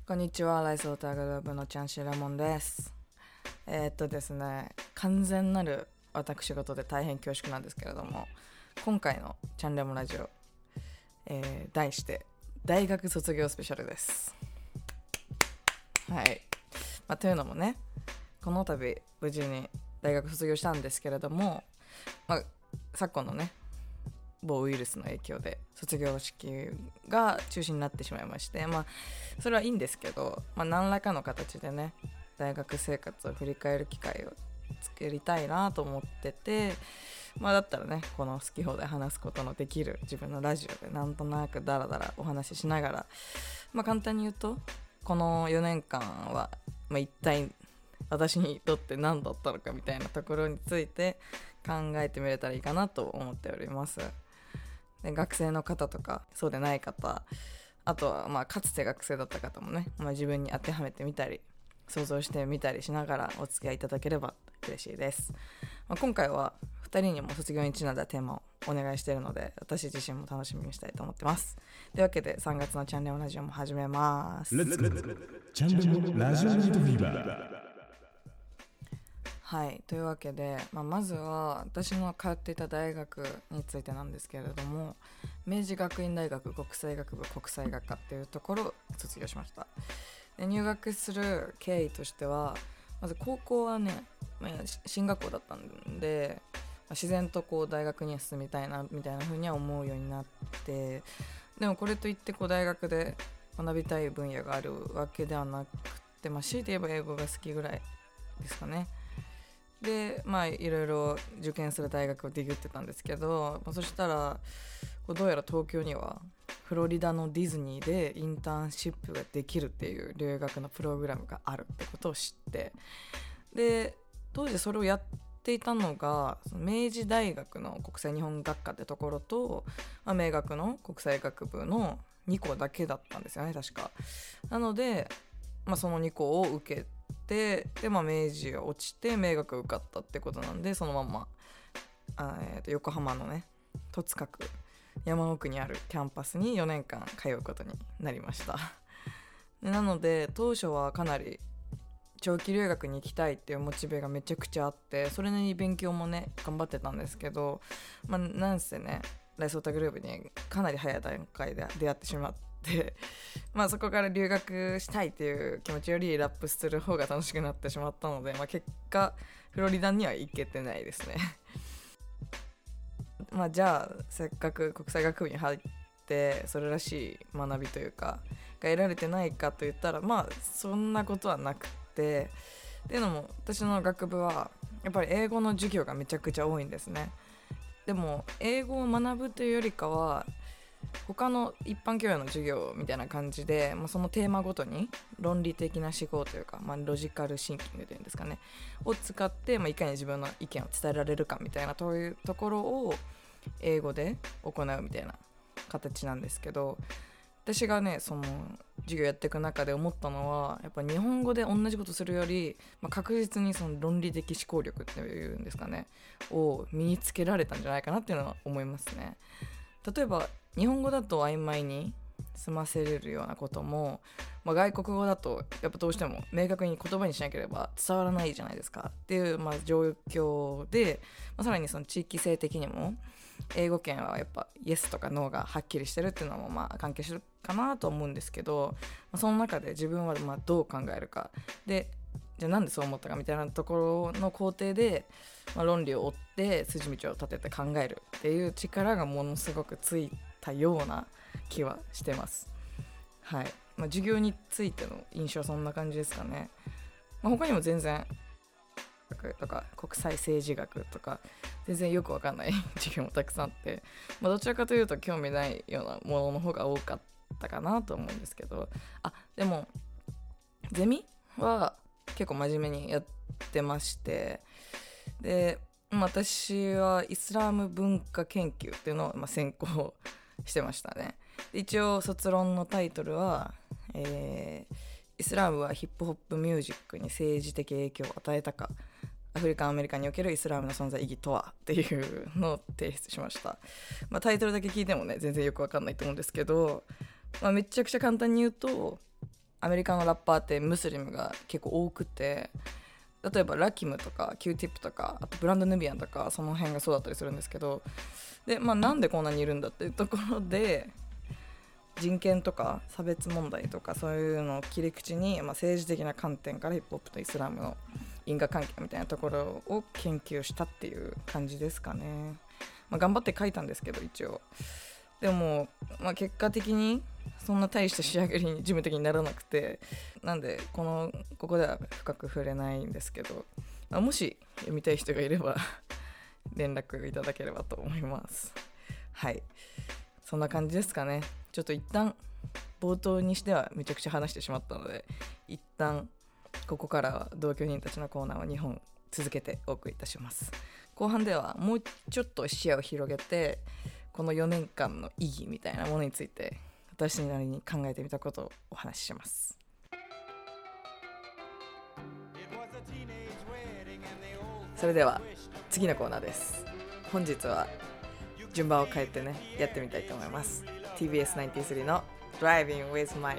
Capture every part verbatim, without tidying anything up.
こんにちは、ライスウォーターグループのチャンシーレモンです。えー、っとですね完全なる私事で大変恐縮なんですけれども、今回のチャンレモンラジオ、えー、題して大学卒業スペシャルです。はい、まあ、というのもね、この度無事に大学卒業したんですけれども、まあ、昨今のね某ウイルスの影響で卒業式が中止になってしまいまして、まあそれはいいんですけど、まあ、何らかの形でね大学生活を振り返る機会を作りたいなと思ってて、まあだったらねこの好き放題話すことのできる自分のラジオでなんとなくダラダラお話ししながら、まあ簡単に言うとこのよねんかんは、まあ、一体私にとって何だったのかみたいなところについて考えてみれたらいいかなと思っております。で、学生の方とかそうでない方、あとはまあかつて学生だった方もね、まあ、自分に当てはめてみたり想像してみたりしながらお付き合いいただければ嬉しいです。まあ、今回はふたりにも卒業にちなんだテーマをお願いしているので、私自身も楽しみにしたいと思ってます。というわけでさんがつのチャンネルラジオも始めます。 レッツゴーチャンネルラジオナイトフィーバー。 はい、というわけで、まあ、まずは私の通っていた大学についてなんですけれども、明治学院大学国際学部国際学科っていうところを卒業しました。で、入学する経緯としては、まず高校はね、まあ、進学校だったんで、まあ、自然とこう大学には進みたいなみたいな風には思うようになって、でもこれといってこう大学で学びたい分野があるわけではなくて、まあ、強いて言えば英語が好きぐらいですかね。で、まあいろいろ受験する大学をディグってたんですけど、まあ、そしたらこうどうやら東京にはフロリダのディズニーでインターンシップができるっていう留学のプログラムがあるってことを知って、で当時それをやっていたのがその明治大学の国際日本学科ってところと、まあ、明学の国際学部のにこだけだったんですよね確か。なので、まあ、そのにこを受けてで、でまあ、明治が落ちて明学受かったってことなんで、そのままあ、えー、と横浜のね戸塚区山奥にあるキャンパスによねんかん通うことになりましたでなので当初はかなり長期留学に行きたいっていうモチベがめちゃくちゃあって、それなりに勉強もね頑張ってたんですけど、まあ、なんせねライスオタグループにかなり早い段階で出会ってしまってでまあそこから留学したいっていう気持ちよりラップする方が楽しくなってしまったので、まあ、結果フロリダには行けてないですねまあじゃあせっかく国際学部に入ってそれらしい学びというかが得られてないかといったら、まあそんなことはなくて、っていうのも私の学部はやっぱり英語の授業がめちゃくちゃ多いんですね。でも英語を学ぶというよりかは他の一般教養の授業みたいな感じで、まあ、そのテーマごとに論理的な思考というか、まあ、ロジカルシンキングというんですかねを使って、まあ、いかに自分の意見を伝えられるかみたいなそういうところを英語で行うみたいな形なんですけど、私がねその授業やっていく中で思ったのはやっぱ日本語で同じことするより、まあ、確実にその論理的思考力っていうんですかねを身につけられたんじゃないかなっていうのは思いますね。例えば日本語だと曖昧に済ませれるようなことも、まあ、外国語だとやっぱどうしても明確に言葉にしなければ伝わらないじゃないですかっていう、まあ、状況で、まあ、さらにその地域性的にも英語圏はやっぱイエスとかノーがはっきりしてるっていうのもまあ関係してるかなと思うんですけど、まあ、その中で自分はまあどう考えるかで、じゃあなんでそう思ったかみたいなところの工程で、まあ、論理を追って筋道を立てて考えるっていう力がものすごくついたような気はしてます。はい、まあ、授業についての印象はそんな感じですかね。まあ、他にも全然学とか国際政治学とか全然よくわかんない授業もたくさんあって、まあ、どちらかというと興味ないようなものの方が多かったかなと思うんですけど、あでもゼミは結構真面目にやってまして、で私はイスラム文化研究っていうのをまあ専攻してましたね。で一応卒論のタイトルは、えー、イスラムはヒップホップミュージックに政治的影響を与えたか、アフリカンアメリカにおけるイスラムの存在意義とはっていうのを提出しました。まあ、タイトルだけ聞いてもね全然よくわかんないと思うんですけど、まあ、めちゃくちゃ簡単に言うとアメリカのラッパーってムスリムが結構多くて、例えばラキムとか Q ティップとか、あとブランドヌビアンとかその辺がそうだったりするんですけど、で、まあ、なんでこんなにいるんだっていうところで、人権とか差別問題とかそういうのを切り口に、まあ、政治的な観点からヒップホップとイスラムの因果関係みたいなところを研究したっていう感じですかね。まあ、頑張って書いたんですけど一応でも、まあ、結果的にそんな大した仕上がりに事務的にならなくて、なんでこのここでは深く触れないんですけど、まあ、もし読みたい人がいれば連絡いただければと思います。はい、そんな感じですかね。ちょっと一旦冒頭にしてはめちゃくちゃ話してしまったので、一旦ここからは同居人たちのコーナーをにほん続けてお送りいたします。後半ではもうちょっと視野を広げて、このよねんかんの意義みたいなものについて私なりに考えてみたことをお話しします。それでは次のコーナーです。本日は順番を変えてねやってみたいと思います。 ティービーエスきゅうじゅうさん の Driving with my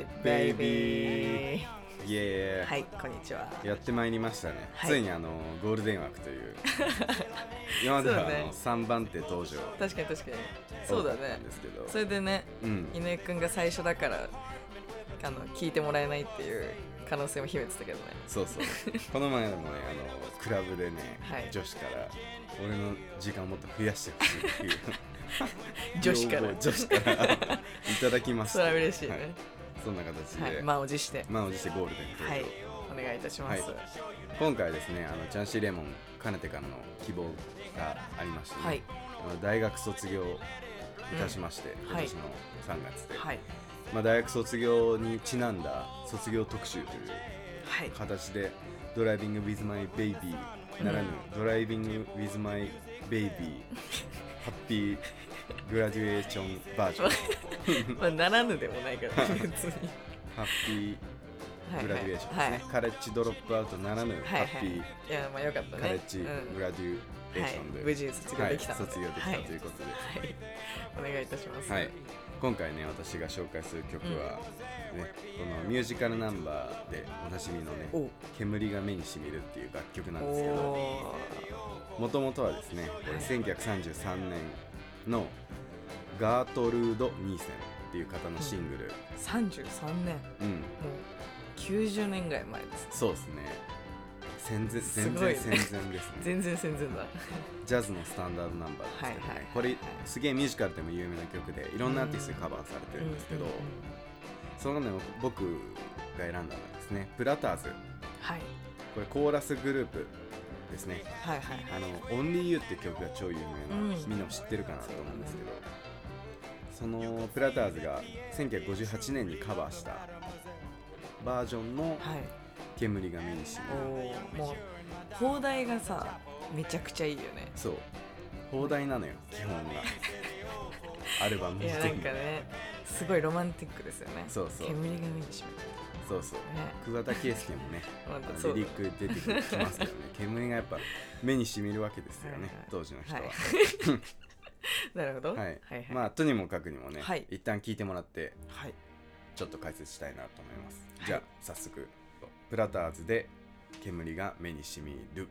baby。 イエーイ。 はい、こんにちは。 やってまいりましたね、はい、ついにあのゴールデン枠という今まではあの、ね、さんばん手登場。 確かに確かにそうだね。 ですけど、 それでね、うん、井上くんが最初だからあの聞いてもらえないっていう可能性も秘めてたけどね。 そうそうこの前もねあのクラブでね、はい、女子から俺の時間をもっと増やしてほしいっていう女子から女子からいただきました。 それは嬉しいね、はい、 そんな形で、 はい、満を持して満を持してゴールデンという、 はい、お願いいたします、はい、 今回ですねあのチャンシーレモンかねてからの希望がありまして、ね、はい、大学卒業いたしまして、うん、今年のさんがつで、はい、まあ、大学卒業にちなんだ卒業特集という形で、はい、ドライビング with my baby ならぬ、うん、ドライビング with my baby ハッピーグラデュエーションバージョンまあならぬでもないから別にハッピーグラデュエーションですね、はいはい、カレッジドロップアウトならぬ、はいはい、ハッピー、いやまあよかったね、カレッジグラデュエーションで、うん、はい、無事卒業できたので、はい、卒業できたということで、はいはい、お願いいたします、はい、今回ね私が紹介する曲は、うんね、このミュージカルナンバーでおなじみのね煙が目にしみるっていう楽曲なんですけど、もともとはですねこれせんきゅうひゃくさんじゅうさんねんのガートルード・ニーセンっていう方のシングル、うん、 さんじゅうさんねん、うん、もうきゅうじゅうねんぐらい前です、ね、 そうですね。戦前全然戦前ですね全然戦前だジャズのスタンダードナンバーですけどね、はいはいはいはい、これすげえミュージカルでも有名な曲でいろんなアーティストでカバーされてるんですけど、うんうんうんうん、その中でも僕が選んだのはですねプラターズ、はい、これコーラスグループですね、はいはいはい、あの Only You っていう曲が超有名な、うん、みんなも知ってるかなと思うんですけど、そのプラターズがせんきゅうひゃくごじゅうはちねんにカバーしたバージョンの煙が目にしみる、 もう放題がさめちゃくちゃいいよね。 そう放題なのよ基本がアルバムいやなんかねすごいロマンティックですよね。 そうそう煙が目にしみる、 そうそう、ね、桑田佳祐もねリリック出てきますけどね煙がやっぱ目にしみるわけですよね、はいはい、当時の人は、はいなるほど、 はいはいはい、まあとにもかくにもね、はい、一旦聞いてもらって、はい、ちょっと解説したいなと思います、はい、じゃあ早速プラターズで煙が目にしみる。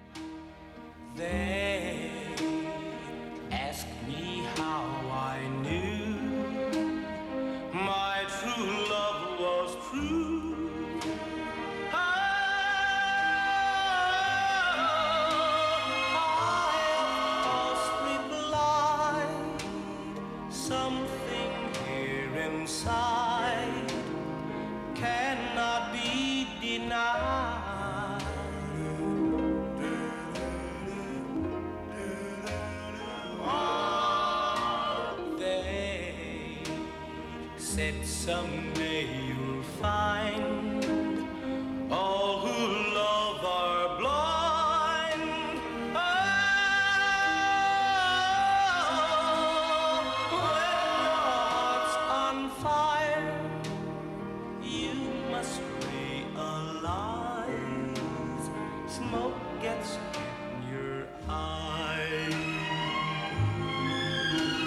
They ask me how I knew my true love was true. Someday you'll find all who love are blind. Oh, when your heart's on fire, you must realize smoke gets in your eyes.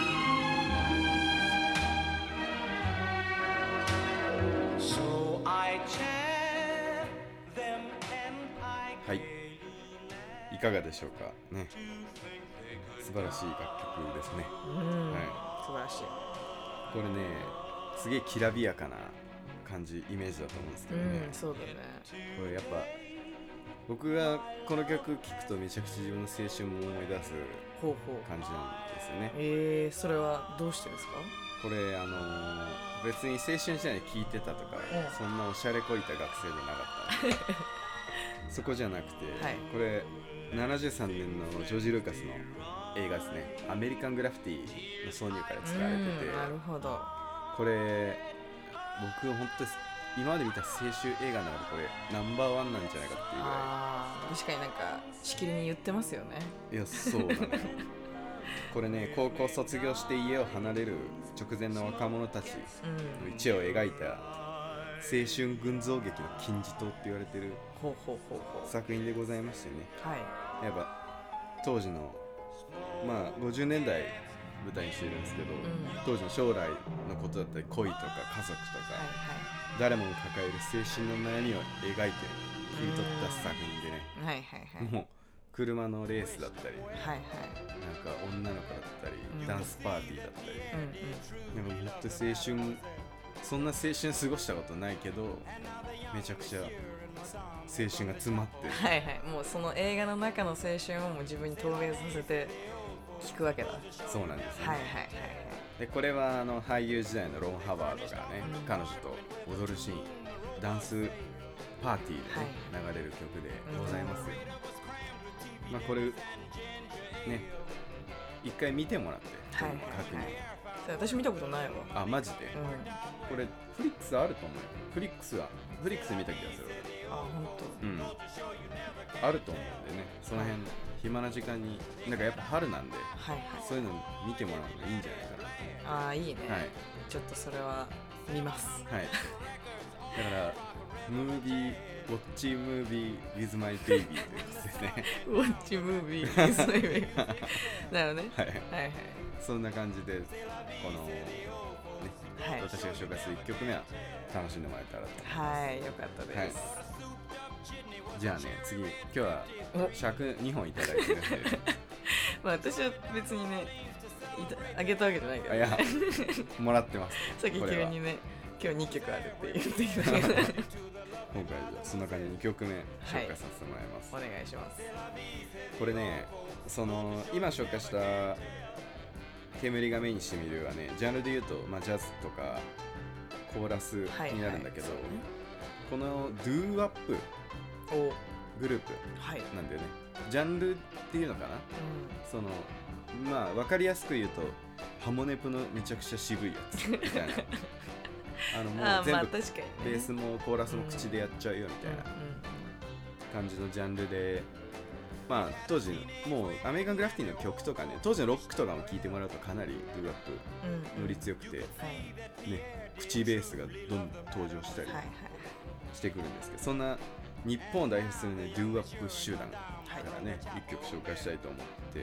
I はい、いかがでしょうかね。素晴らしい楽曲ですね。 うん、はい、素晴らしい。 これね、すげえきらびやかな感じイメージだと思うんですけどね、 うん、そうだね。 これやっぱ僕がこの曲聴くとめちゃくちゃ自分の青春も思い出す感じなんですよね。 ほうほう。えー、それはどうしてですか？ これあのー、別に青春時代に聴いてたとか、うん、そんなおしゃれこいた学生じゃなかったんでそこじゃなくて、はい、これななじゅうさんねんのジョージ・ルーカスの映画ですね。アメリカン・グラフィティの挿入歌で使われてて、 なるほど。 これ僕本当今まで見た青春映画の中でこれナンバーワンなんじゃないかっていうぐらい。 あ、確かになんかしきりに言ってますよね。 いや、そうなのよこれね、高校卒業して家を離れる直前の若者たちの一夜を描いた青春群像劇の金字塔って言われてる作品でございましてね、はい、やっぱ当時のまあごじゅうねんだい舞台にしているんですけど、うん、当時の将来のことだったり恋とか家族とか、はいはい、誰もが抱える青春の悩みを描いて切り取った作品でね、はいはいはい、もう車のレースだったり、はいはい、なんか女の子だったり、うん、ダンスパーティーだったり、うんうん、でももっと青春、そんな青春過ごしたことないけどめちゃくちゃ青春が詰まってる、 はいはい、もうその映画の中の青春をもう自分に投影させて聞くわけだ。 そうなんですね。 はいはいはいはい。 でこれはあの俳優時代のロン・ハワードがね、うん、彼女と踊るシーン、ダンスパーティーで、ね、はい、流れる曲でございますよ、うん、まあこれね一回見てもらって、はいはいはい、確認。 私見たことないわ。 あ、マジで、うん、これフリックスあると思うよ。フリックスはフリックスで見た気がする。 あ、本当。 うん、あると思うんでね、その辺、はい、暇な時間になんかやっぱ春なんで、はいはい、そういうの見てもらうのがいいんじゃないかな。 ああ、いいね、 はい、 ちょっとそれは見ます。 はい、だからムービーウォッチムービー with my baby ということですねウォッチムービー with my baby なるね、はい、はいはい、 そんな感じでこの、ね、はい、私が紹介するいっきょくめは楽しんでもらえたらと。 はい、よかったです、はい、 じゃあね、次、今日は尺にほんいただいてるんでまあ私は別にねあげたわけじゃないけど、ね、 いやもらってますさっき急にね、今日にきょくあるって言ってきたけど今回じゃあそんな感じでにきょくめ紹介させてもらいます、 はい、お願いします。 これね、その今紹介した煙が目にしてみるはね、ジャンルで言うと、まあ、ジャズとかコーラスになるんだけど、はいはい、このドゥーアップグループなんだよね、はい、ジャンルっていうのかな、うん、そのまあ分かりやすく言うとハモネプのめちゃくちゃ渋いやつみたいなあのもう全部ベースもコーラスも口でやっちゃうよみたいな感じのジャンルで、まあ当時もうアメリカングラフィティの曲とかね、当時のロックとかも聴いてもらうとかなりドゥーアップノリ強くて、ね、口ベースがどんどん登場したりしてくるんですけど、そんな日本を代表するねドゥーアップ集団からね、はい、いっきょく紹介したいと思って、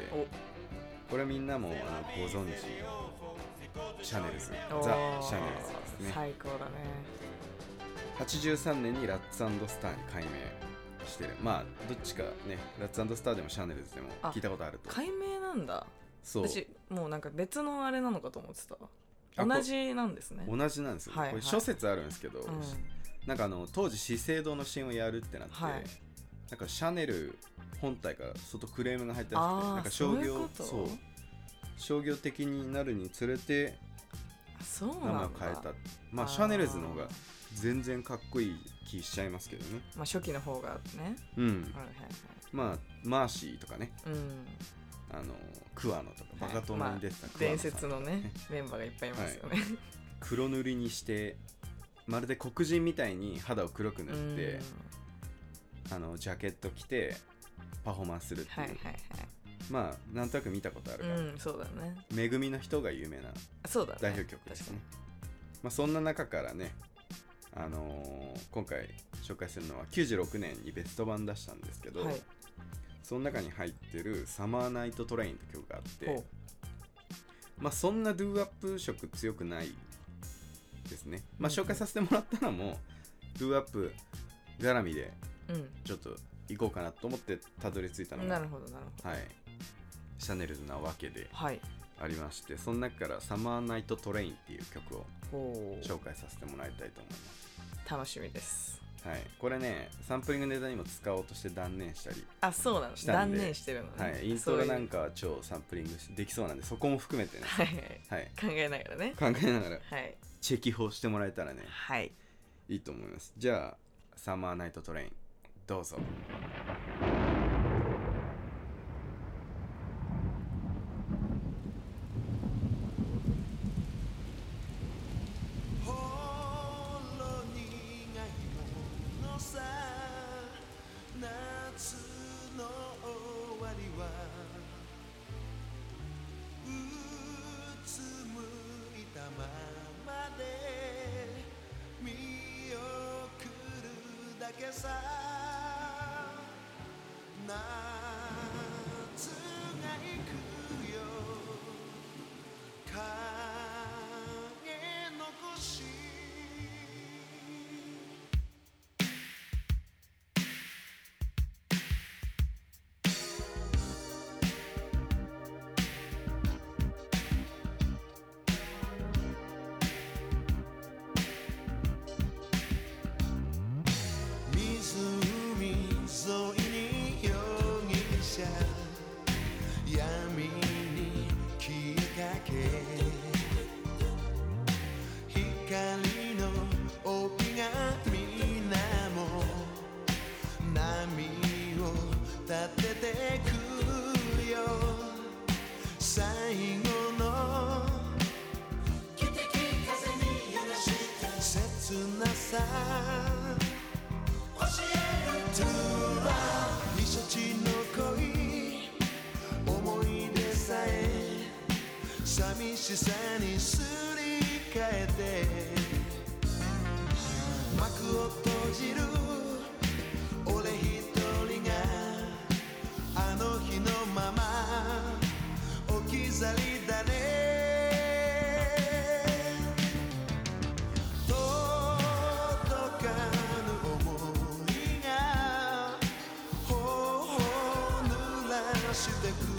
これはみんなもあのご存知シャネルズ、ザ・シャネルズですね。 最高だね。 はちじゅうさんねんにラッツ&スターに改名してる。まあどっちかね、ラッツ&スターでもシャネルズでも聞いたことあると。 改名なんだ。そう。私もうなんか別のあれなのかと思ってた。同じなんですね。 同じなんですよ、はいはい、これ諸説あるんですけど、うん、なんかあの当時資生堂の シーエム をやるってなって、はい、なんかシャネル本体から外クレームが入ったらしくて、なんか商業、そうそう商業的になるにつれて名前を変えた。まあシャネルズの方が全然かっこいい気しちゃいますけどね。 まあ初期の方がね。 うん。はいはいはい、まあマーシーとかね。うん。あのクワノとかバカ殿に出てたクワノさん、 まあ、伝説のねメンバーがいっぱいいますよね、はい、 黒塗りにしてまるで黒人みたいに肌を黒く塗ってあのジャケット着てパフォーマンスするっていう、はいはいはい、まあなんとなく見たことあるから、うん、 そうだね、 めぐみの人が有名な代表曲ですね。まあ、そんな中からね、あのー、今回紹介するのはきゅうじゅうろくねんにベスト版出したんですけど、はい、その中に入ってるサマーナイトトレインって曲があって、まあそんなドゥーアップ色強くないですね。まあ紹介させてもらったのもドゥアップ絡みでちょっと行こうかなと思ってたどり着いたのが、 なるほどなるほど、 はい、シャネルズなわけではいありまして、その中からサマーナイトトレインっていう曲を紹介させてもらいたいと思います。 楽しみです。 はい、これねサンプリングネタにも使おうとして断念したりあそうなの断念してるのね、 はい、イントロなんかは超サンプリングできそうなんで、そこも含めてね、 はいはい、考えながらね考えながら、 はい、 チェキ法してもらえたらね、 はい、 いいと思います。じゃあサマーナイトトレインどうぞ。 寂しさにすり替えて幕を閉じる俺一人があの日のまま置き去りだね。届かぬ想いが頬を濡らしてく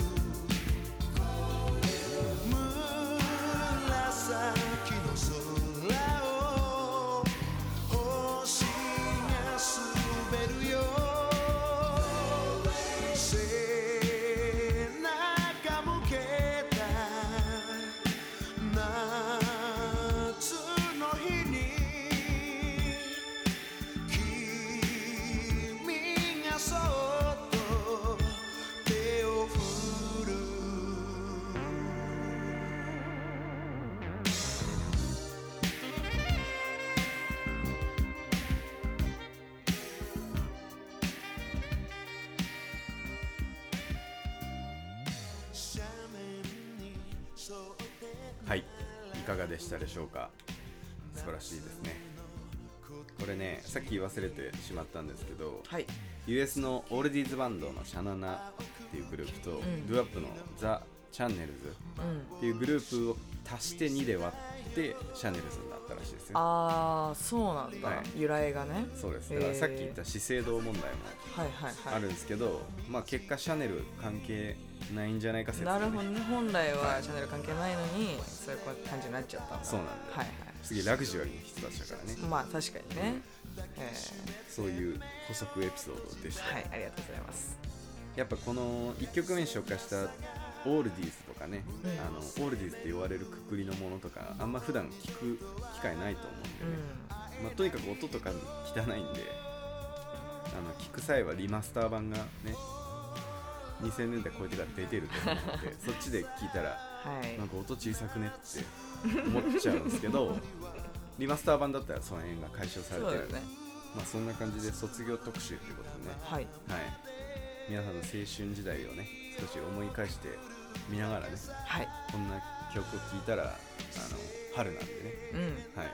はい、いかがでしたでしょうか。素晴らしいですね。これね、さっき言い忘れてしまったんですけど、 はい、 ユーエス のオールディーズバンドのシャナナっていうグループと、うん、ドゥアップのザ・チャンネルズっていうグループを足してにで割ってシャネルズになったらしいですよ。 ああ、そうなんだ、はい、由来がね。 そうです。だからさっき言った資生堂問題もあるんですけど、まあ結果シャネル関係ないんじゃないか説、ね、 なるほどね。本来はシャネル関係ないのに、はい、そういう感じになっちゃったんだ。 そうなんだ、はいはい、次ラグジュアリーの人たちだからね。 まあ確かにね、うん、えー、そういう補足エピソードでした。 はい、ありがとうございます。 やっぱこのいっきょくめに紹介したオールディーズとかね、うん、あのオールディーズって言われるくくりのものとかあんま普段聞く機会ないと思うんでね、うん、まあ、とにかく音とか汚いんで、あの聞く際はリマスター版がねにせんねんだい超えてから出てると思うのでそっちで聞いたら、はい、なんか音小さくねって思っちゃうんですけどリマスター版だったらその辺が解消されてる、ね、まあそんな感じで卒業特集っていうことでね、はいはい、皆さんの青春時代をね少し思い返して見ながらね、はい、こんな曲を聴いたらあの春なんでね、うん、はい、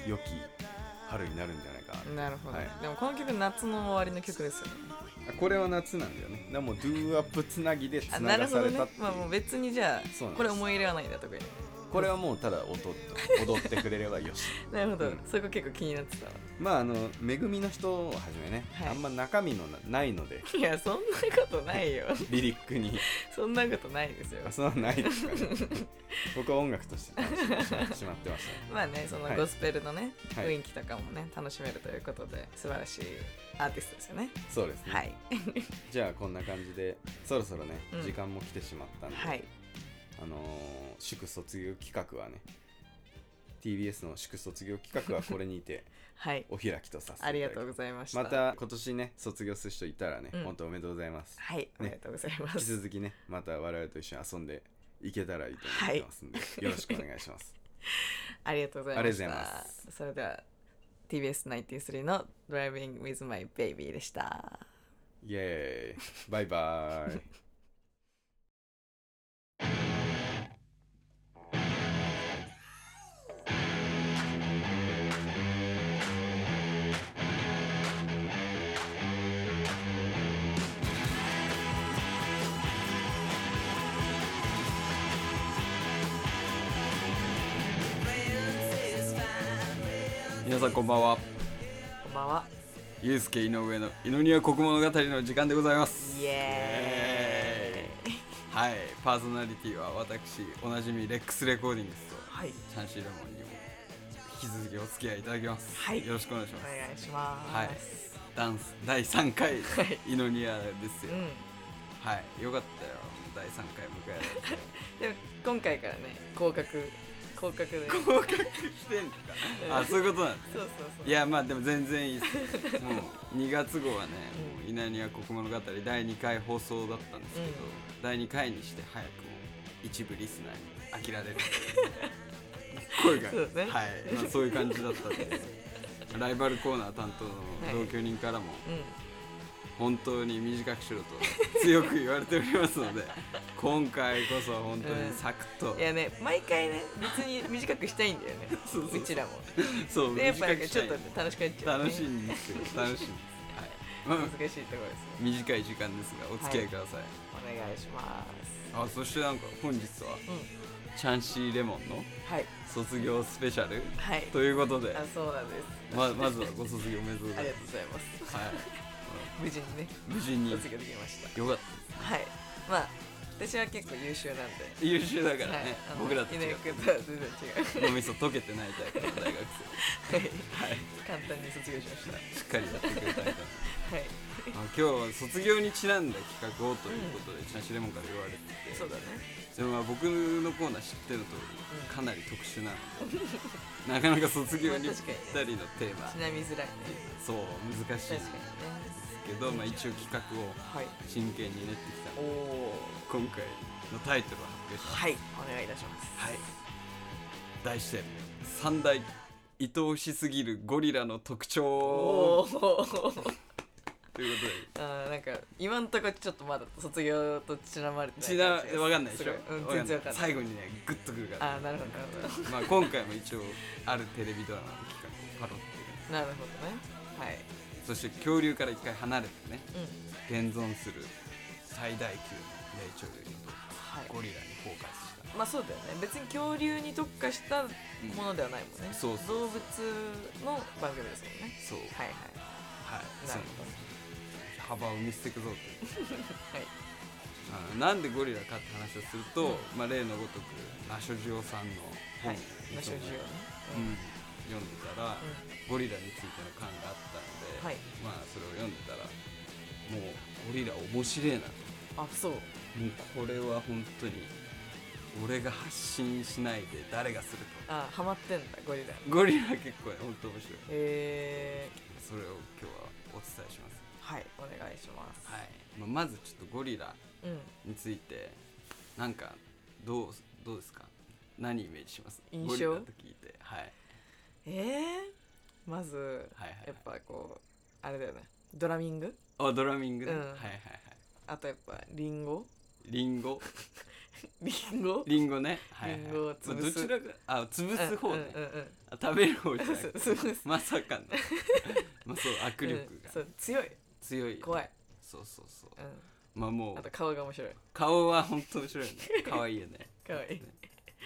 良き春になるんじゃないかな。 なるほど、はい、でもこの曲夏の終わりの曲ですよね。 これは夏なんだよね。でもドゥーアップつなぎでつながされたっていう。 なるほどね。まあもう別にじゃあこれ思い入れはないんだ特に。 これはもうただ踊っ踊ってくれればよしなるほど、 うん、 そこ結構気になってたわ。 まああのめぐみの人をはじめね、はい、あんま中身のなないのでいやそんなことないよリリックにそんなことないですよ。 あそんなないですかね僕は音楽として楽しんでしまってましたねまあねそのゴスペルのね、 はい、 雰囲気とかもね楽しめるということで素晴らしいアーティストですよね。 そうですね、 はい、 じゃあこんな感じでそろそろね、 うん、 時間も来てしまったんで、 はい、 あのー、祝卒業企画はね ティービーエス の祝卒業企画はこれにてはい、 お開きとさせていただきます。 ありがとうございました。 また今年ね卒業する人いたらね、 うん、 本当おめでとうございます。 はい、ね、ありがとうございます。 引き続きねまた我々と一緒に遊んでいけたらいいと思ってますんで、はい、よろしくお願いしますありがとうございました。 ありがとうございます。 それでは ティービーエスナインティスリー の Driving with My Baby でした。 イエーイバイバイ皆さんこんばんは。 こんばんは。 ゆうすけ井上のイノニア国物語の時間でございます。 イエーイ。 はい、パーソナリティは私おなじみレックスレコーディングスと、 はい、 チャンシーレモンにも引き続きお付き合いいただきます。 はい、 よろしくお願いします。 お願いします。 はい、ダンスだいさんかいイノニアですよ。 うん、 はい、よかったよだいさんかい迎えられて。 でも今回からね降格降格で降格してんかあ、そういうことなんですね。 そうそうそう。 いやまあでも全然いいですもうにがつ号はね、もう稲庭国物語だいにかい放送だったんですけど、うん、だいにかいにして早くも一部リスナーに飽きられる声がそうね、 はい、まあ、そういう感じだったんでライバルコーナー担当の同居人からも、はい、うん、本当に短くしろと強く言われておりますので今回こそ本当にサクッと、 うん、いやね毎回ね別に短くしたいんだよねそうそううちらもそうでやっぱりちょっと楽しくなっちゃう、ね、 楽しいんですよ楽しいんですはい、難しいところですね。 短い時間ですがお付き合いください、はい、 お願いします。 あ、そしてなんか本日は、うん、チャンシーレモンの卒業スペシャル、はい、ということで、 あ、そうなんです、 ま, まずはご卒業おめでとうございます。 ありがとうございます、はい、無事にね無事に卒業できました。 よかったです、 はい、まあ私は結構優秀なんで。 優秀だからね、はい、僕らと違う。 稲君とは全然違う。 脳みそ溶けてないタイプの大学生。はい、はい、 簡単に卒業しました。 しっかりやってくれたみたいな。 はい。 あ、今日は卒業にちなんだ企画をということで、うん、チャンシレモンから言われてて。 そうだね。 でもまあ僕のコーナー知ってる通り、うん、かなり特殊なので、なかなか卒業にぴったりのテーマ。 ちなみづらいね。 そう難しい。確かにね。けど、まあ、一応企画を真剣に練ってきたので、はい、今回のタイトルを発表します。 はい、お願いいたします。 はい、題して三大愛おしすぎるゴリラの特徴ということで、 あ、なんか今んとこちょっとまだ卒業とちなまれてないちなわかんないでしょ、 うん、全然わかんない。 最後にねグッとくるから、 あ、なるほどなるほどまあ今回も一応あるテレビドラマの企画をパロってる。 なるほどね。はい。 そして恐竜から一回離れてね、うん、現存する最大級の霊長類の動物、はい、ゴリラにフォーカスした。 まあそうだよね、別に恐竜に特化したものではないもんね、うん、そうそう、動物の番組ですもんね。そう、はいはいはい、なるほど。 幅を見せていくぞとはい、 あ、なんでゴリラかって話をすると、うん、まあ、例のごとくナショジオさんの本、はい、 ナショジオね、 うん、読んでたら、うん、ゴリラについての感があったので、はい、まあそれを読んでたらもうゴリラ面白いなと。 あ、そう。 もうこれは本当に俺が発信しないで誰がすると。 あ、ハマってんだゴリラ。 ゴリラ結構ね本当面白い。 へえー。 それを今日はお伝えします。 はい、お願いします。 はい、まあ、まずちょっとゴリラについて、うん、なんかどうどうですか。何イメージします？ 印象？ ゴリラと聞いて、はい。 えー、まず、はいはいはい、やっぱこうあれだよね、ドラミング。 あ、ドラミングね、うん、はいはいはい。 あとやっぱリンゴリンゴリンゴリンゴね、はいはい、 リンゴを潰す、 どちらか、あ、潰す方ね、 うんうんうんうん、 あ、食べる方じゃなくてまさかのまあそう、握力が、うん、 そう、強い強い、 怖い、 そうそうそう、うん、まあもうあと顔が面白い。 顔は本当面白いね。可愛いよね。 可愛い、ね、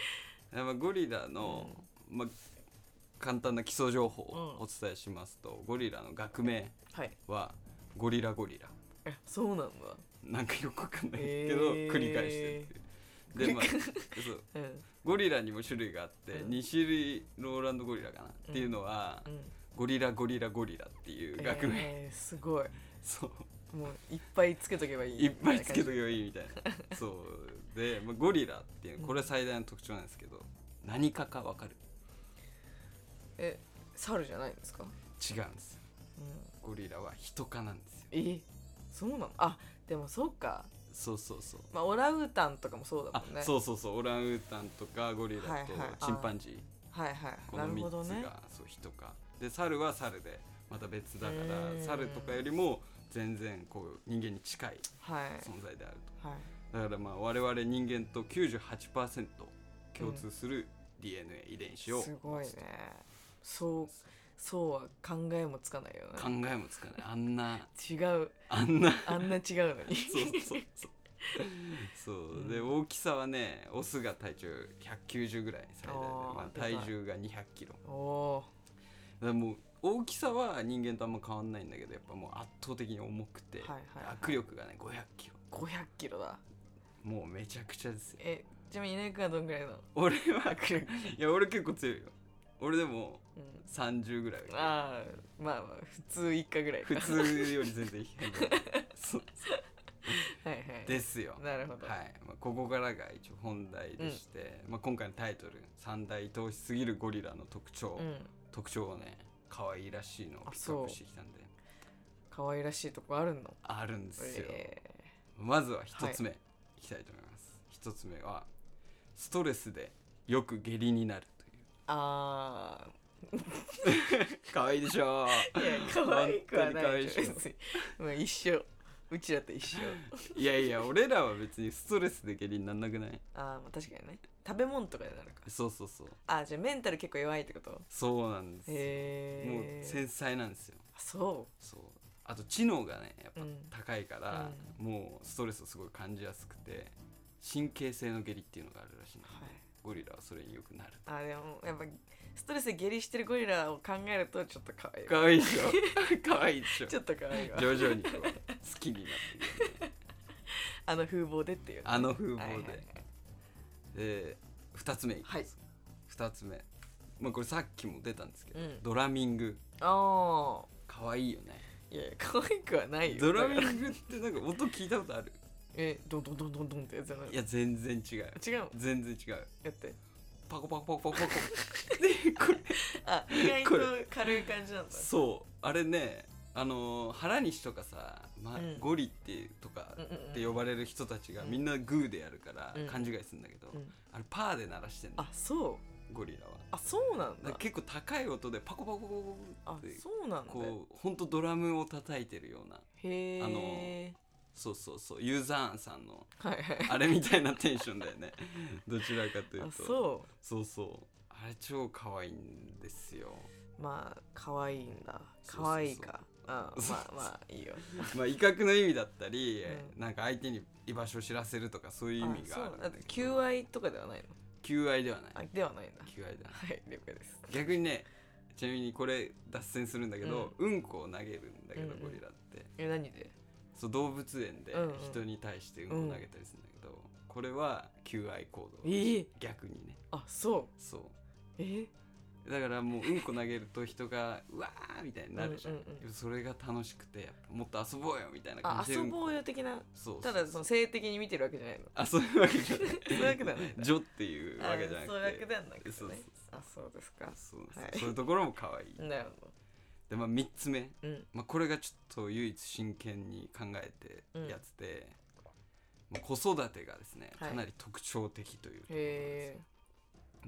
まあ、ゴリラの、うんまあ、簡単な基礎情報をお伝えしますと、うん、ゴリラの学名はゴリラゴリラ、 えそうなんだ。 なんかよくわかんないけど、えー、繰り返してるっていうで、まあそう、うん、ゴリラにも種類があって、うん、に種類ローランドゴリラかな、うん、っていうのは、うん、ゴリラゴリラゴリラっていう学名、 えー、すごい。 そうもういっぱいつけとけばいいいっぱいつけとけばいいみたいなそうで、まあ、ゴリラっていうこれ最大の特徴なんですけど、うん、何かかわかる？ え猿じゃないんですか？ 違うんですよ、うん、ゴリラは人科なんですよ。 えそうなの？あでもそうか。 そうそうそう、 まあ、オランウータンとかもそうだもんね。 そうそうそう、オランウータンとかゴリラとチンパンジー、 はいはい、 このみっつが、ね、そう人科で、猿は猿でまた別だから、猿とかよりも全然こう人間に近い存在であると、はいはい、だからまあ我々人間と きゅうじゅうはちパーセント 共通する ディーエヌエー 遺伝子を、うん、 すごいね。そうそうは考えもつかないよね。 考えもつかない。あんな違うあんなあんな違うのにそうそうそうそう、うん、で大きさはね、オスが体長ひゃくきゅうじゅうぐらい最大で、まあ、体重がにひゃくキロ。おだからもう大きさは人間とあんま変わんないんだけど、やっぱもう圧倒的に重くて、はいはいはい、握力がねごひゃくキロ。 ごひゃくキロだ。 もうめちゃくちゃですよ。 えちなみに稲君はどんぐらいなの？ 俺は握力いや俺結構強いよ。俺でもさんじゅうぐらい、うん、 ああまあまあ普通以下ぐらいか。 普通より全然低いそうそうはい、はい、ですよ。 なるほど、 はいまあ、ここからが一応本題でして、うんまあ、今回のタイトル三大愛おしすぎるゴリラの特徴、うん、特徴をね可愛らしいのをピックアップしてきたんで。 可愛らしいとこあるの？ あるんですよ、えー、まずは一つ目、はい、いきたいと思います。一つ目はストレスでよく下痢になる。 あー可愛いでしょ。 いや可愛くはないでしょ。もう一緒、うちらと一緒。 いやいや俺らは別にストレスで下痢になんなくない？ あー確かにね、食べ物とかでなるか。 そうそうそう。 あじゃあメンタル結構弱いってこと？ そうなんです。 へーもう繊細なんですよ。 そうそう。あと知能がねやっぱ高いから、うん、もうストレスをすごい感じやすくて神経性の下痢っていうのがあるらしいので、はい、ゴリラはそれによくなる。 あでもやっぱストレスで下痢してるゴリラを考えるとちょっと可愛い。 可愛いでしょ可愛いでしょちょっと可愛いわ。 徐々にこう好きになってる、ね、 あの風貌でっていう、ね、 あの風貌で、はいはいはい、でふたつめいきます、はい、ふたつめ、まあ、これさっきも出たんですけど、うん、ドラミング。あ可愛いよね。 いや可愛くはないよ。 ドラミングってなんか音聞いたことある？ えドンドンドンドンドンってやつじゃない？ いや全然違う。 違う全然違う。 やってパコパコパコパコパコでこれあ意外と軽い感じなんだ。 そうあれね、あのー、原西とかさ、まうん、ゴリってとかって呼ばれる人たちがみんなグーでやるから勘違いするんだけど、うんうん、あれパーで鳴らしてんの。 あそうゴリラは。 あそうなんだ。 だ結構高い音でパコパコパコってあそうなんだ。 こうほんとドラムを叩いてるような。 へーあのーそうそうそうユーザーンさんのあれみたいなテンションだよねどちらかというと。 あそうそうそうあれ超可愛いんですよ。 まあ可愛いんだ。可愛いか。あまあまあいいよまあ威嚇の意味だったり、うん、なんか相手に居場所を知らせるとかそういう意味があるんだけど。あそう求愛とかではないの？ 求愛ではない。 あではないんだ。 求愛ではない。 はい了解です。 逆にねちなみにこれ脱線するんだけど、うん、うんこを投げるんだけど、うんうん、ゴリラってえ何で？ そう動物園で人に対してうんこ投げたりするんだけど、うん、これは求愛行動、 えー、 逆にね。 あそうそうえー、だからもううんこ投げると人がうわーみたいになるじゃん、うんうんうん、それが楽しくてやっぱもっと遊ぼうよみたいな感じで、 あ遊ぼうよ的な。 そうそうただその性的に見てるわけじゃないの？ あそういうわけじゃないそういうわけではないジョっていうわけじゃなくて、 そういうわけではなくて、ね、 そうそうそうあそうですか。 そうです、はい、そういうところも可愛い。 なるほど。 でまあ、みっつめ、 うんまあ、これがちょっと唯一真剣に考えてやつで、うんまあ、子育てがですねかなり特徴的というところです、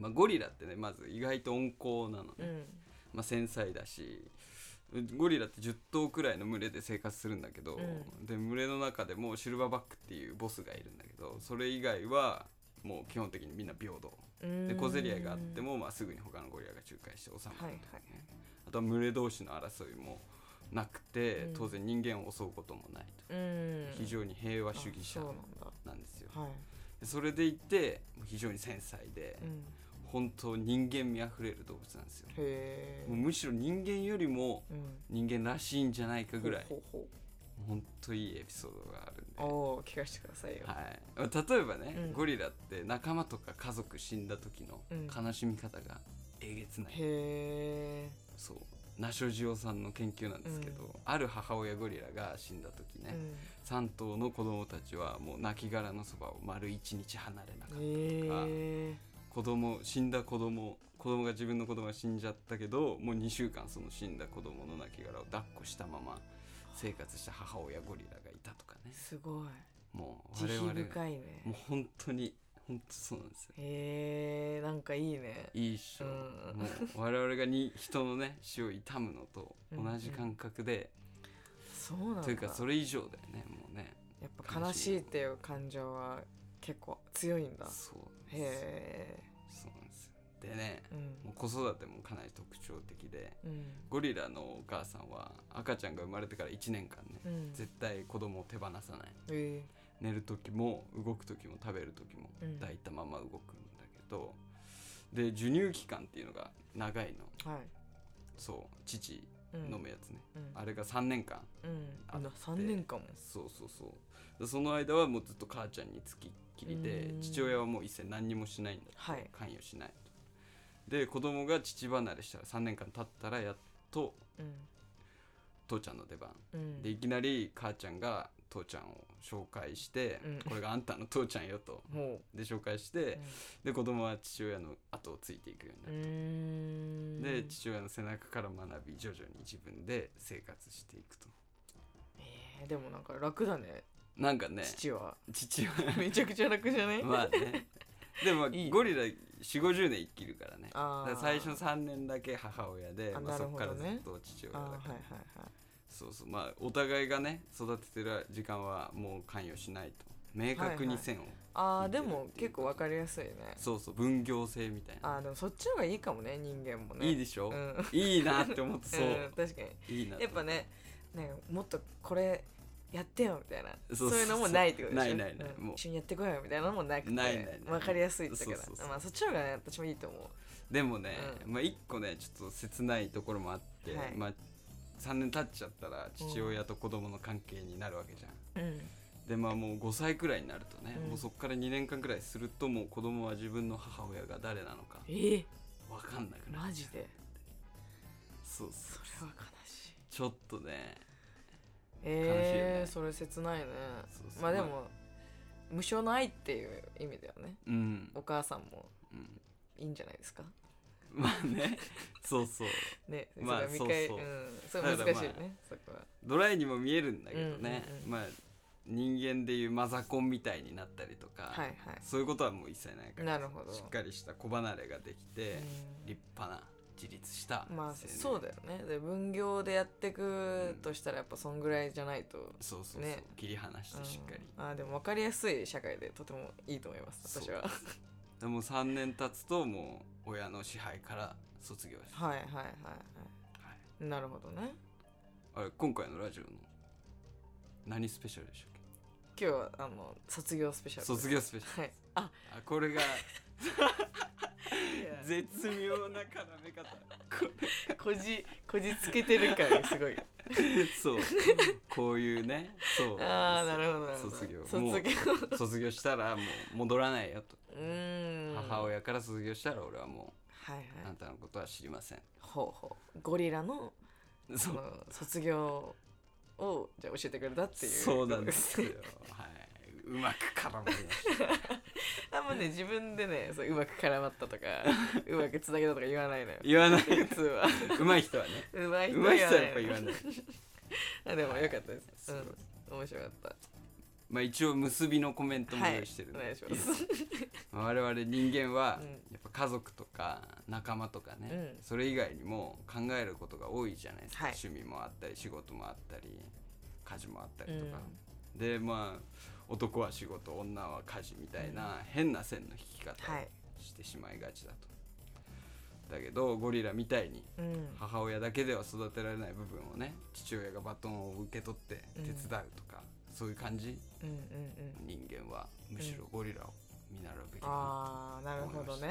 まあ、ゴリラってねまず意外と温厚なのね、うんまあ、繊細だしゴリラってじゅっとうくらいの群れで生活するんだけど、うん、で群れの中でもシルバーバックっていうボスがいるんだけどそれ以外はもう基本的にみんな平等で小競り合いがあっても、まあ、すぐに他のゴリラが仲介して収まる、はいはい、あとは群れ同士の争いもなくて、うん、当然人間を襲うこともないと、うん、非常に平和主義者なんですよ。そ, はい、それでいて非常に繊細で、 本当人間味あふれる動物なんですよ。 へもうむしろ人間よりも人間らしいんじゃないかぐらい、 ほうほうほ本当いいエピソードがあるんで、 うおお聞かせてくださいよ。 はい、例えばね、 うんゴリラって仲間とか家族死んだ時の悲しみ方がえげつない、 へえ。 そうナショジオさんの研究なんですけど、 うんある母親ゴリラが死んだ時ね、 うんさん頭の子供たちはもう亡骸のそばを丸一日離れなかったとか、 へえ。 子供死んだ子供子供が自分の子供が死んじゃったけどもうにしゅうかんその死んだ子供の亡骸を抱っこしたまま生活した母親ゴリラがいたとかね。 すごい。 もう慈我々 悲深いね。 もう本当に本当そうなんですよ。 へえ、なんかいいね。 いいっしょ、 うんもう我々がに人のね死を悼むのと同じ感覚で、 そうなんだ。 というかそれ以上だよね。もうねやっぱ悲しいっていう感情は結構強いんだ。 そうへえ。 そうなんですよ。でね、 うんもう子育てもかなり特徴的で、 うんゴリラのお母さんは赤ちゃんが生まれてからいちねんかんね、 うん絶対子供を手放さない。 え寝る時も動く時も食べる時もうん抱いたまま動くんだけど、で授乳期間っていうのが長いの。 ー、はい。 そう父うん飲むやつね、 うんあれがさんねんかんうんあってさんねんかんも。 そうそうそうでその間はもうずっと母ちゃんにつきっきりでうん父親はもう一切何にもしないんだって、 はい関与しないと。で子供が父離れしたらさんねんかん経ったらやっとうん父ちゃんの出番、 うんでいきなり母ちゃんが父ちゃんを紹介して、 うんこれがあんたの父ちゃんよともで紹介して、で子供は父親の後をついていくようううになーんって、で父親の背中から学び徐々に自分で生活していくと。 えーでもなんか楽だね、 なんかね父は父はめちゃくちゃ楽じゃね。 まあねでもいいゴリラよんじゅうごじゅうねん生きるからね。 あーだから最初のさんねんだけ母親で、 あまあ、そこからなるほどねずっと父親だから、 あーはいはいはい。 そうそう、まあお互いがね育ててる時間はもう関与しないと明確に線を、 あーでも見てるっていう結構わかりやすいね。 そうそう分業制みたいな。 あーでもそっちの方がいいかもね、人間もね。 いいでしょ、 うんいいなって思ってそう、 うん、確かにいいなってやっぱねねもっとこれやってよみたいなそそうういうのもないってことでしょ。 ないないないうんもう一緒にやってこいよみたいなのもなくてないないない分かりやすいだからそうそうそうまあそっちの方がね私もいいと思う。 でもね、 うんまあ一個ねちょっと切ないところもあって、 はいまあさんねん経っちゃったら父親と子供の関係になるわけじゃん、 うんでまあもうごさいくらいになるとね、 うんもうそこからにねんかんくらいするともう子供は自分の母親が誰なのかえー、 分かんなくなる。 マジでそうそうそれは悲しい。 ちょっとねえー、 悲しいよねそれ切ないね。 そうそうまあでも、無償の愛っていう意味だよね。 うん、 お母さんもうん、 いいんじゃないですかまあねそうそうね。 まあそれは見返そうそううん、それ難しいね、 だからまあそこは。 ドライにも見えるんだけどね、 うんうんうんまあ人間でいうマザコンみたいになったりとか、 はいはい。 そういうことはもう一切ないからなるほどしっかりした子離れができて、 うん立派な自立したまあ青年そうだよね。で分業でやっていくとしたらやっぱそんぐらいじゃないと、 そうそうそう、 ね切り離してしっかり、 うん、あーでも分かりやすい社会でとてもいいと思います私は。 でもさんねん経つともう親の支配から卒業して、 はいはいはいははいい。なるほどね。 あれ今回のラジオの何スペシャルでしたっ今日はあの卒業スペシャけ？ ルです。 卒業スペシャル、 はい。ああこれがいや絶妙な絡め方ここじこじつけてるからすごい。 れそうこういうねそうああなるほどなるほど。 卒業卒業。 もう卒業したらもう戻らないよと、 うーん。 母親から卒業したら俺はもはいはうあい。 んたのことは知りません。 ほうほう。ゴリラのそそうの卒業をじゃあ教えてくれたっていう。 そうなんですよはいうまく絡まりましたあんまね自分でねそううまく絡まったとかうまくつなげたとか言わないのよ。 言わない普通は。 うまい人はねうまい人うまい人はやっぱない言わないあでもよかったです。 そううん。面白かった。 まあ一応結びのコメントも用意してるんで、 はいお願いしますいですか我々人間はうんやっぱ家族とか仲間とかね、 うんそれ以外にも考えることが多いじゃないですか、 はい趣味もあったり仕事もあったり家事もあったりとか、でまあ男は仕事女は家事みたいな変な線の引き方はいをしてしまいがちだと、だけどゴリラみたいにうん。 母親だけでは育てられない部分をね父親がバトンを受け取って手伝うとか、そういう感じ、 うんうんうん。 人間はむしろゴリラを見習うべきだなああなるほどね。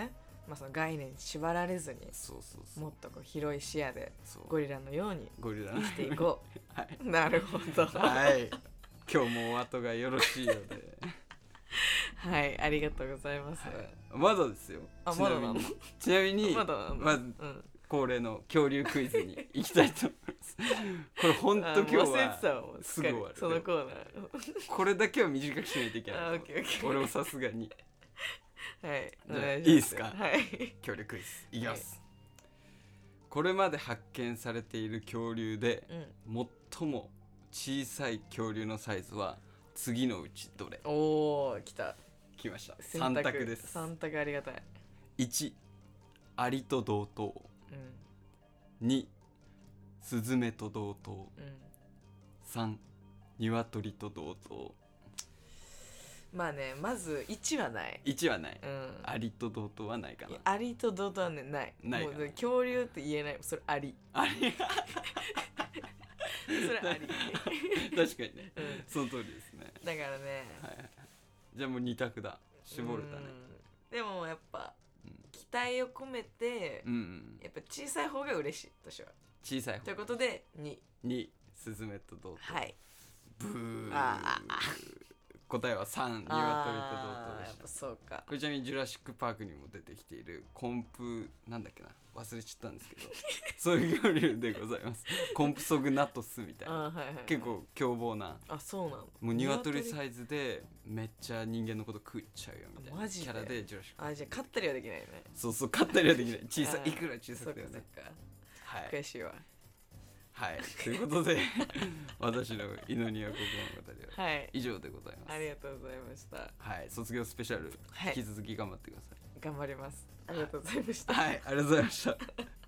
まあ、その概念に縛られずにそうそうそうもっとこう広い視野でそうゴリラのようにゴリラ生きていこうはいなるほどはい今日もお後がよろしいようではいありがとうございます、 はい、まだですよあちなみにまだなのちなみにまだなのまずうん恒例の恐竜クイズに行きたいと思いますこれほんと今日あ忘れてたはわすぐ終わるそのコーナーこれだけは短くしないといけあオないッケーオッケー俺もさすがにはいじゃあお願しますいいですかはい恐竜クイズいきます、はい、これまで発見されている恐竜で、うん、最も小さい恐竜のサイズは次のうちどれ？ おー来た来ましたさん択ですさん択ありがたいいちアリと同等、うん、にスズメと同等、うん、さんニワトリと同等まあねまずいちはないいちはない、 うん、 アリと同等はないかなアリと同等はねないないもう恐竜って言えないそれアリアリそれあり確かにね、うん、その通りですねだからね、 はい、じゃあもうに択だ絞れたねでもやっぱ、うん、期待を込めて、うんうん、やっぱ小さい方が嬉しい私は小さい方ということでににスズメと同等はいブーあ答えはさんニワトリと同等でした。やっぱそうか。 これちなみにジュラシックパークにも出てきているコンプなんだっけな忘れちゃったんですけどそういう恐竜でございます。コンプソグナトスみたいな、はいはいはい、結構凶暴なあそうなのもうニワトリサイズでめっちゃ人間のこと食っちゃうよみたいなマジでキャラでジュラシックパークあじゃあ勝ったりはできないよね。 そうそう勝ったりはできない小さいいくら小さくてよねはい、悔しいわはいということで私の犬にはここの語は以上でございます、 はい、ありがとうございました。 はい卒業スペシャル、はい、引き続き頑張ってください。 頑張ります。ありがとうございました。 はい、ありがとうございました。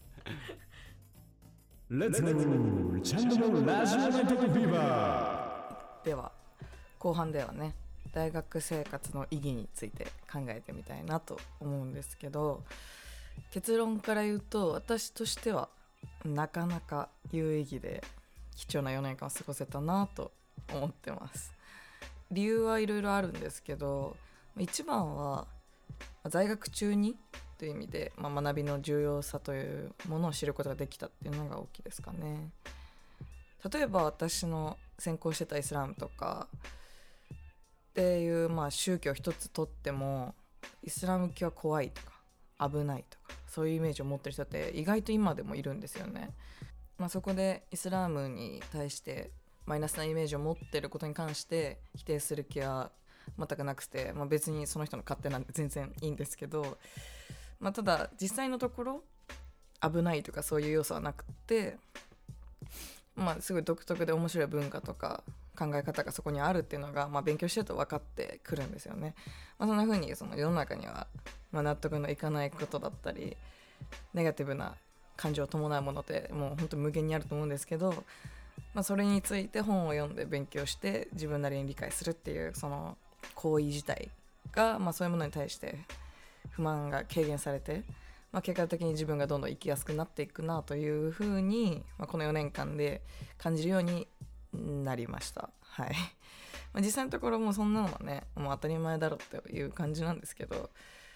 Let's go! チャンネルラジオナイトフィーバーでは後半ではね大学生活の意義について考えてみたいなと思うんですけど結論から言うと私としてはなかなか有意義で貴重なよねんかんを過ごせたなと思ってます。理由はいろいろあるんですけど一番は在学中にという意味で、まあ、学びの重要さというものを知ることができたっていうのが大きいですかね。例えば私の専攻してたイスラムとかっていう、まあ、宗教一つとってもイスラム教は怖いとか危ないとかそういうイメージを持ってる人って意外と今でもいるんですよね。まあ、そこでイスラムに対してマイナスなイメージを持ってることに関して否定する気は全くなくて、まあ、別にその人の勝手なんで全然いいんですけど、まあ、ただ実際のところ危ないとかそういう要素はなくて、まあ、すごい独特で面白い文化とか考え方がそこにあるっていうのが、まあ、勉強してると分かってくるんですよね。まあ、そんな風にその世の中には、まあ、納得のいかないことだったりネガティブな感情を伴うものってもう本当無限にあると思うんですけど、まあ、それについて本を読んで勉強して自分なりに理解するっていうその行為自体が、まあ、そういうものに対して不満が軽減されて、まあ、結果的に自分がどんどん生きやすくなっていくなというふうに、まあ、このよねんかんで感じるようになりました。はい。まあ、実際のところもそんなのはねもう当たり前だろっていう感じなんですけど、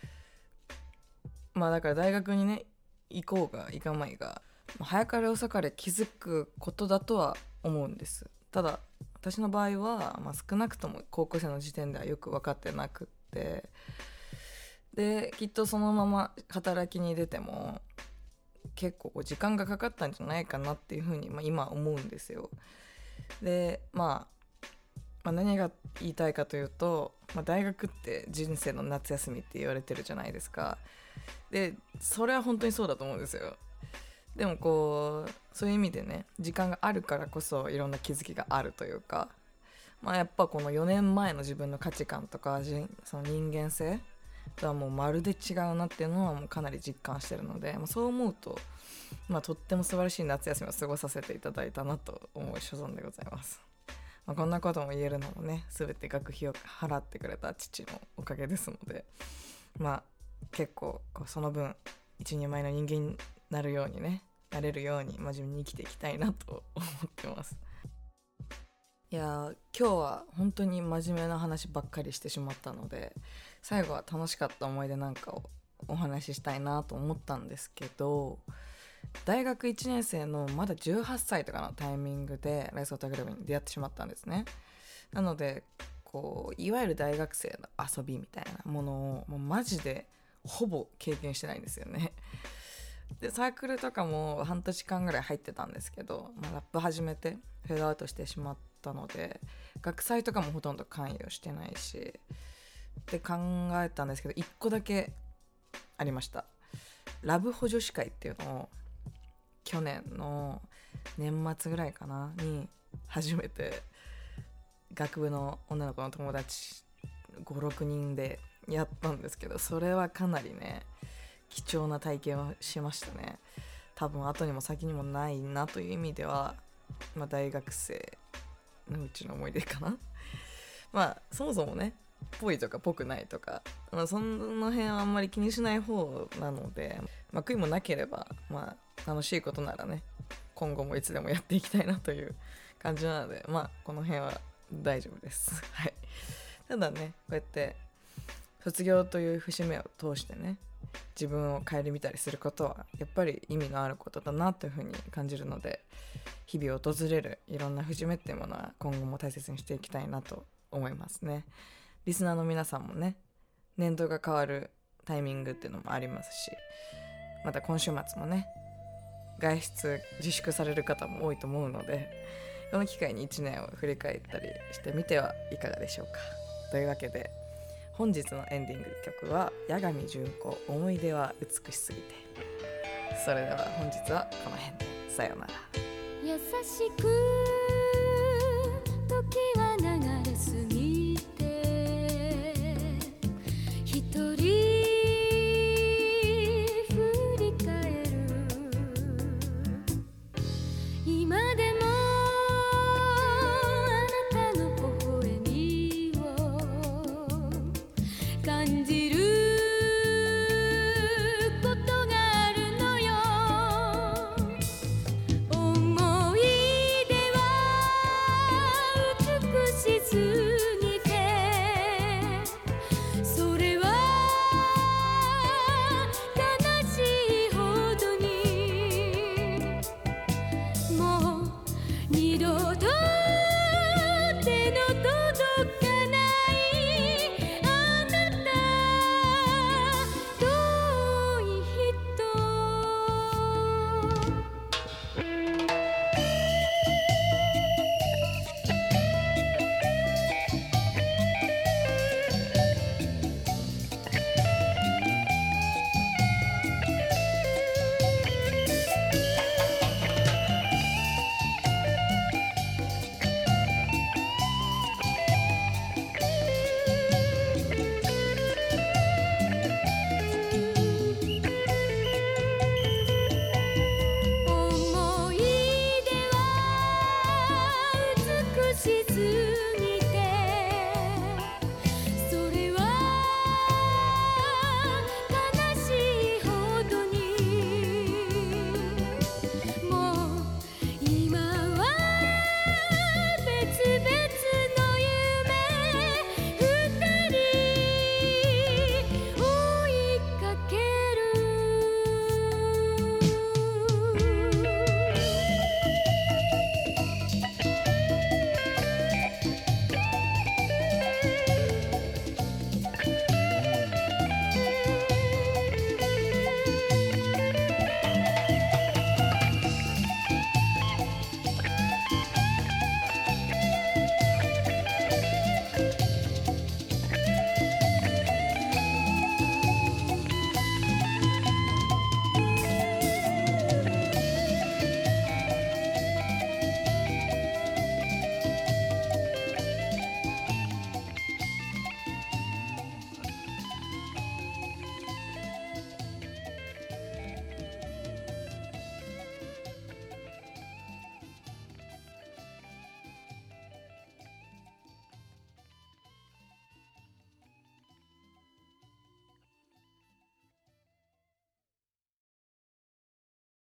まあだから大学にね行こうが行かまいが早かれ遅かれ気づくことだとは思うんです。ただ私の場合は、まあ、少なくとも高校生の時点ではよく分かってなくってできっとそのまま働きに出ても結構こう時間がかかったんじゃないかなっていうふうに、まあ、今思うんですよ。で、まあ、まあ何が言いたいかというと、まあ、大学って人生の夏休みって言われてるじゃないですか。でそれは本当にそうだと思うんですよ。でもこうそういう意味でね時間があるからこそいろんな気づきがあるというか、まあ、やっぱこのよねんまえの自分の価値観とかその人間性とはもうまるで違うなっていうのはもうかなり実感してるので、まあ、そう思うと、まあ、とっても素晴らしい夏休みを過ごさせていただいたなと思う所存でございます。まあ、こんなことも言えるのもね全て学費を払ってくれた父のおかげですので、まあ結構こうその分一人前の人間になるようにねなれるように真面目に生きていきたいなと思ってます。いや今日は本当に真面目な話ばっかりしてしまったので最後は楽しかった思い出なんかをお話ししたいなと思ったんですけど、大学いちねん生のまだじゅうはっさいとかのタイミングでライスオタクラブに出会ってしまったんですね。なのでこういわゆる大学生の遊びみたいなものをもうマジでほぼ経験してないんですよね。でサークルとかも半年間ぐらい入ってたんですけど、まあ、ラップ始めてフェードアウトしてしまったので学祭とかもほとんど関与してないしって考えたんですけど、いっこだけありました。ラブ補助司会っていうのを去年の年末ぐらいかなに初めて学部の女の子の友達ごろくにんでやったんですけど、それはかなりね貴重な体験をしましたね。多分後にも先にもないなという意味では、まあ、大学生のうちの思い出かな。まあそもそもねぽいとかぽくないとか、まあ、その辺はあんまり気にしない方なので、まあ、悔いもなければ、まあ、楽しいことならね今後もいつでもやっていきたいなという感じなので、まあこの辺は大丈夫ですはい。ただねこうやって卒業という節目を通してね自分を顧みたりすることはやっぱり意味のあることだなというふうに感じるので、日々訪れるいろんな節目っていうものは今後も大切にしていきたいなと思いますね。リスナーの皆さんもね年度が変わるタイミングっていうのもありますし、また今週末もね外出自粛される方も多いと思うので、この機会にいちねんを振り返ったりしてみてはいかがでしょうか。というわけで本日のエンディング曲は八神純子思い出は美しすぎて。それでは本日はこの辺でさようなら。 優しく